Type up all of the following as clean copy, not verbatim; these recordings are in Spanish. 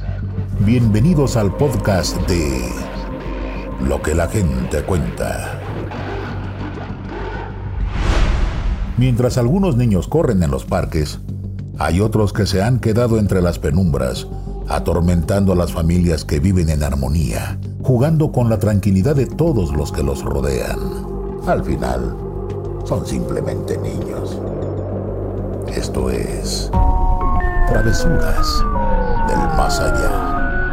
Bienvenidos al podcast de Lo que la gente cuenta. Mientras algunos niños corren en los parques, hay otros que se han quedado entre las penumbras, atormentando a las familias que viven en armonía, jugando con la tranquilidad de todos los que los rodean. Al final, son simplemente niños. Esto es Travesuras del Más Allá.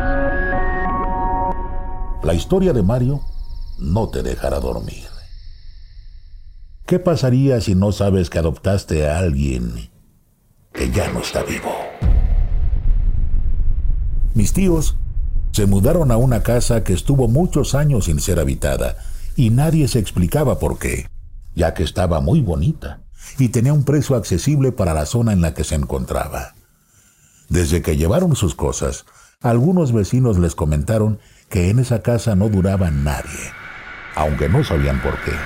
La historia de Mario no te dejará dormir. ¿Qué pasaría si no sabes que adoptaste a alguien que ya no está vivo? Mis tíos se mudaron a una casa que estuvo muchos años sin ser habitada y nadie se explicaba por qué, ya que estaba muy bonita y tenía un precio accesible para la zona en la que se encontraba. Desde que llevaron sus cosas, algunos vecinos les comentaron que en esa casa no duraba nadie, aunque no sabían por qué.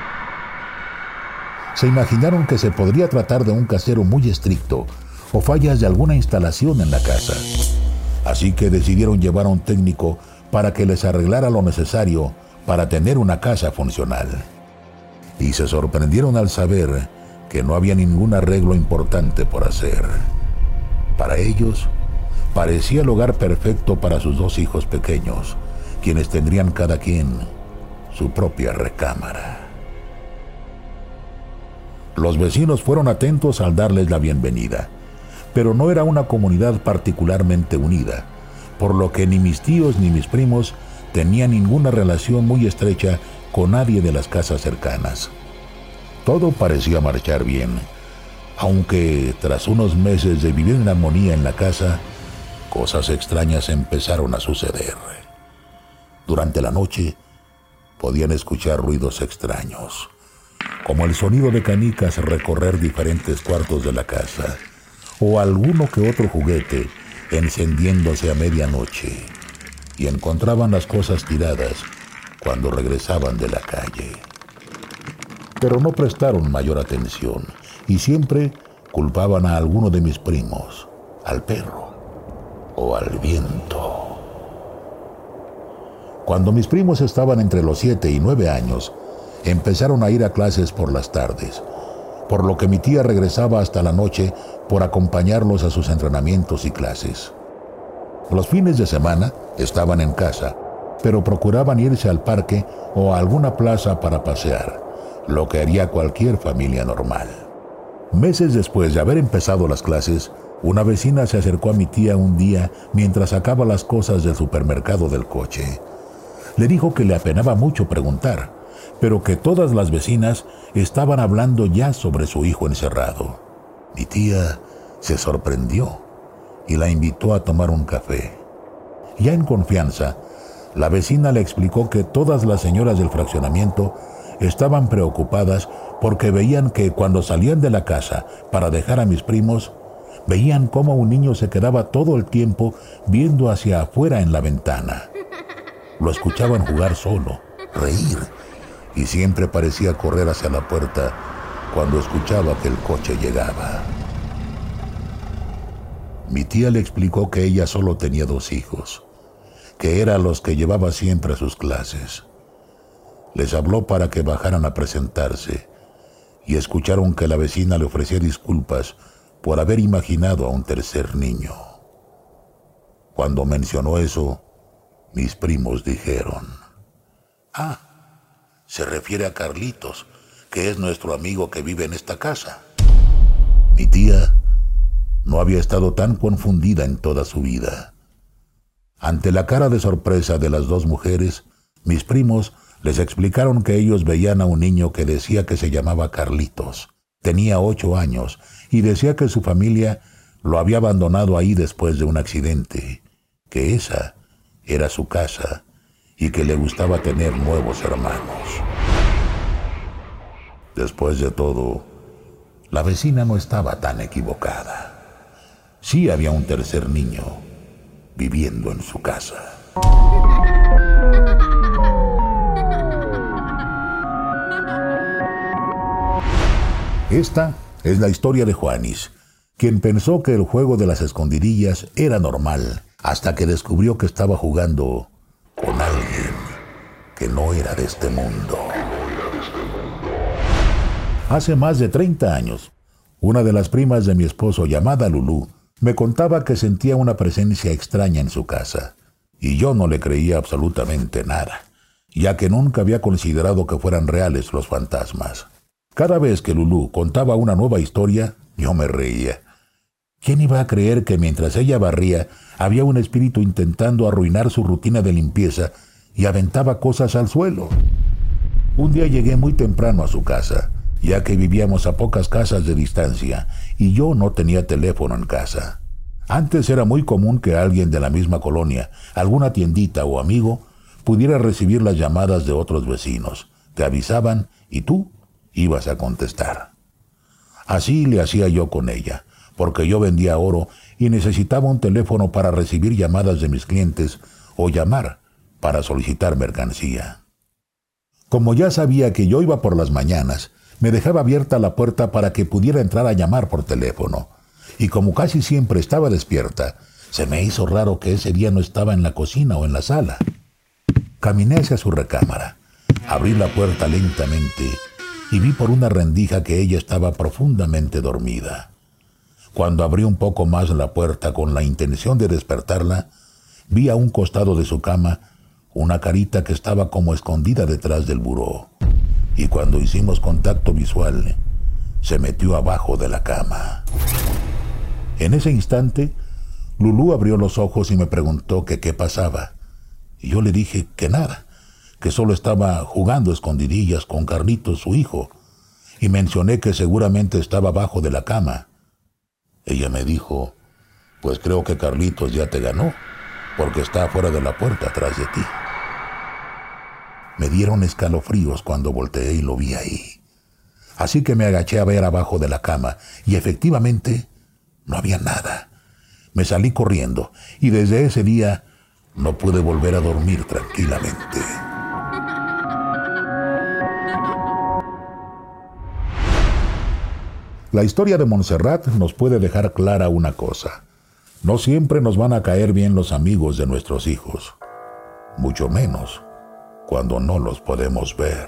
Se imaginaron que se podría tratar de un casero muy estricto o fallas de alguna instalación en la casa. Así que decidieron llevar a un técnico para que les arreglara lo necesario para tener una casa funcional. Y se sorprendieron al saber que no había ningún arreglo importante por hacer. Para ellos, parecía el hogar perfecto para sus dos hijos pequeños, quienes tendrían cada quien su propia recámara. Los vecinos fueron atentos al darles la bienvenida, pero no era una comunidad particularmente unida, por lo que ni mis tíos ni mis primos tenían ninguna relación muy estrecha con nadie de las casas cercanas. Todo parecía marchar bien, aunque tras unos meses de vivir en armonía en la casa, cosas extrañas empezaron a suceder. Durante la noche, podían escuchar ruidos extraños, como el sonido de canicas recorrer diferentes cuartos de la casa, o alguno que otro juguete encendiéndose a medianoche, y encontraban las cosas tiradas cuando regresaban de la calle. Pero no prestaron mayor atención, y siempre culpaban a alguno de mis primos, al perro o al viento. Cuando mis primos estaban entre los 7 y 9 años, empezaron a ir a clases por las tardes, por lo que mi tía regresaba hasta la noche por acompañarlos a sus entrenamientos y clases. Los fines de semana estaban en casa, pero procuraban irse al parque o a alguna plaza para pasear, lo que haría cualquier familia normal. Meses después de haber empezado las clases, una vecina se acercó a mi tía un día mientras sacaba las cosas del supermercado del coche. Le dijo que le apenaba mucho preguntar, pero que todas las vecinas estaban hablando ya sobre su hijo encerrado. Mi tía se sorprendió y la invitó a tomar un café. Ya en confianza, la vecina le explicó que todas las señoras del fraccionamiento estaban preocupadas porque veían que cuando salían de la casa para dejar a mis primos, veían cómo un niño se quedaba todo el tiempo viendo hacia afuera en la ventana. Lo escuchaban jugar solo, reír, y siempre parecía correr hacia la puerta cuando escuchaba que el coche llegaba. Mi tía le explicó que ella solo tenía 2 hijos, que eran los que llevaba siempre a sus clases. Les habló para que bajaran a presentarse y escucharon que la vecina le ofrecía disculpas por haber imaginado a un tercer niño. Cuando mencionó eso, mis primos dijeron: «Ah, se refiere a Carlitos, que es nuestro amigo que vive en esta casa». Mi tía no había estado tan confundida en toda su vida. Ante la cara de sorpresa de las 2 mujeres, mis primos les explicaron que ellos veían a un niño que decía que se llamaba Carlitos. Tenía 8 años y decía que su familia lo había abandonado ahí después de un accidente, que esa era su casa y que le gustaba tener nuevos hermanos. Después de todo, la vecina no estaba tan equivocada. Sí había un tercer niño viviendo en su casa. Esta es la historia de Juanis, quien pensó que el juego de las escondidillas era normal hasta que descubrió que estaba jugando con alguien que no era de este mundo. Hace más de 30 años, una de las primas de mi esposo, llamada Lulú, me contaba que sentía una presencia extraña en su casa, y yo no le creía absolutamente nada, ya que nunca había considerado que fueran reales los fantasmas. Cada vez que Lulú contaba una nueva historia, yo me reía. ¿Quién iba a creer que mientras ella barría, había un espíritu intentando arruinar su rutina de limpieza y aventaba cosas al suelo? Un día llegué muy temprano a su casa, ya que vivíamos a pocas casas de distancia y yo no tenía teléfono en casa. Antes era muy común que alguien de la misma colonia, alguna tiendita o amigo, pudiera recibir las llamadas de otros vecinos. Te avisaban y tú ibas a contestar. Así le hacía yo con ella, porque yo vendía oro y necesitaba un teléfono para recibir llamadas de mis clientes o llamar para solicitar mercancía. Como ya sabía que yo iba por las mañanas, me dejaba abierta la puerta para que pudiera entrar a llamar por teléfono. Y como casi siempre estaba despierta, se me hizo raro que ese día no estaba en la cocina o en la sala. Caminé hacia su recámara, abrí la puerta lentamente y vi por una rendija que ella estaba profundamente dormida. Cuando abrí un poco más la puerta con la intención de despertarla, vi a un costado de su cama una carita que estaba como escondida detrás del buró. Y cuando hicimos contacto visual, se metió abajo de la cama. En ese instante, Lulú abrió los ojos y me preguntó que qué pasaba. Y yo le dije que nada, que solo estaba jugando escondidillas con Carlitos, su hijo, y mencioné que seguramente estaba abajo de la cama. Ella me dijo, pues creo que Carlitos ya te ganó, porque está afuera de la puerta atrás de ti. Me dieron escalofríos cuando volteé y lo vi ahí. Así que me agaché a ver abajo de la cama y efectivamente no había nada. Me salí corriendo y desde ese día no pude volver a dormir tranquilamente. La historia de Montserrat nos puede dejar clara una cosa. No siempre nos van a caer bien los amigos de nuestros hijos, mucho menos cuando no los podemos ver.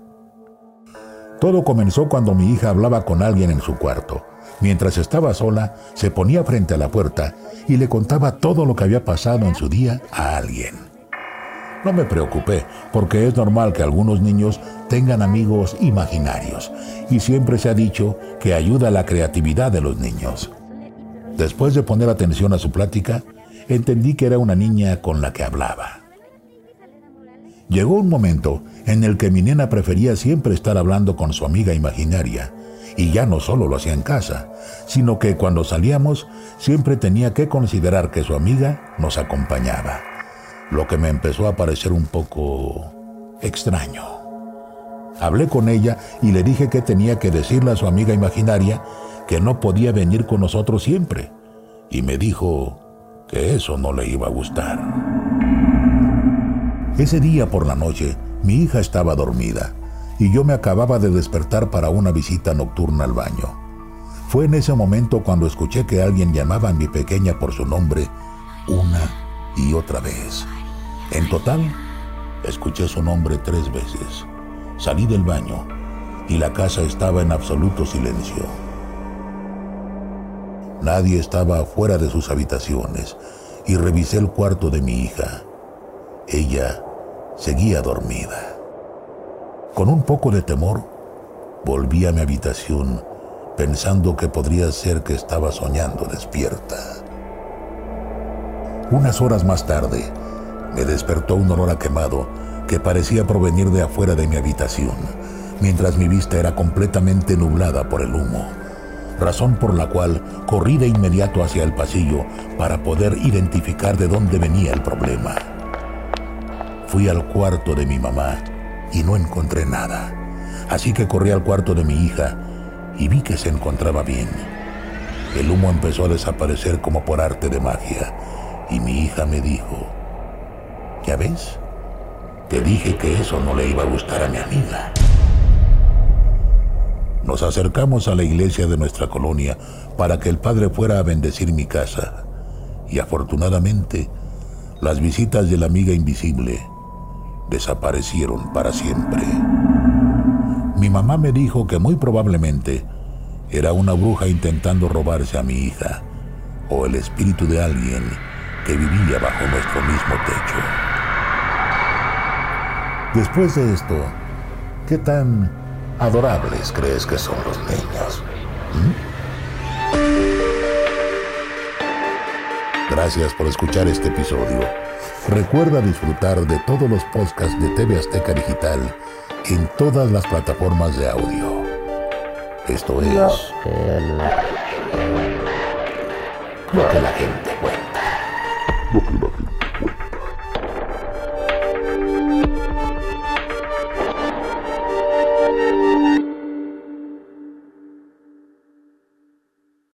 Todo comenzó cuando mi hija hablaba con alguien en su cuarto. Mientras estaba sola, se ponía frente a la puerta y le contaba todo lo que había pasado en su día a alguien. No me preocupé, porque es normal que algunos niños tengan amigos imaginarios, y siempre se ha dicho que ayuda a la creatividad de los niños. Después de poner atención a su plática, entendí que era una niña con la que hablaba. Llegó un momento en el que mi nena prefería siempre estar hablando con su amiga imaginaria, y ya no solo lo hacía en casa, sino que cuando salíamos siempre tenía que considerar que su amiga nos acompañaba, lo que me empezó a parecer un poco extraño. Hablé con ella y le dije que tenía que decirle a su amiga imaginaria que no podía venir con nosotros siempre, y me dijo que eso no le iba a gustar. Ese día por la noche, mi hija estaba dormida y yo me acababa de despertar para una visita nocturna al baño. Fue en ese momento cuando escuché que alguien llamaba a mi pequeña por su nombre una y otra vez. En total, escuché su nombre 3 veces. Salí del baño y la casa estaba en absoluto silencio. Nadie estaba fuera de sus habitaciones y revisé el cuarto de mi hija. Ella seguía dormida. Con un poco de temor, volví a mi habitación pensando que podría ser que estaba soñando despierta. Unas horas más tarde, me despertó un olor a quemado que parecía provenir de afuera de mi habitación, mientras mi vista era completamente nublada por el humo, razón por la cual corrí de inmediato hacia el pasillo para poder identificar de dónde venía el problema. Fui al cuarto de mi mamá y no encontré nada, así que corrí al cuarto de mi hija y vi que se encontraba bien. El humo empezó a desaparecer como por arte de magia y mi hija me dijo, ¿ya ves? Te dije que eso no le iba a gustar a mi amiga. Nos acercamos a la iglesia de nuestra colonia para que el padre fuera a bendecir mi casa y afortunadamente, las visitas de la amiga invisible desaparecieron para siempre. Mi mamá me dijo que muy probablemente era una bruja intentando robarse a mi hija o el espíritu de alguien que vivía bajo nuestro mismo techo. Después de esto, ¿qué tan adorables crees que son los niños? Gracias por escuchar este episodio. Recuerda disfrutar de todos los podcasts de TV Azteca Digital en todas las plataformas de audio. Esto es lo que la gente cuenta.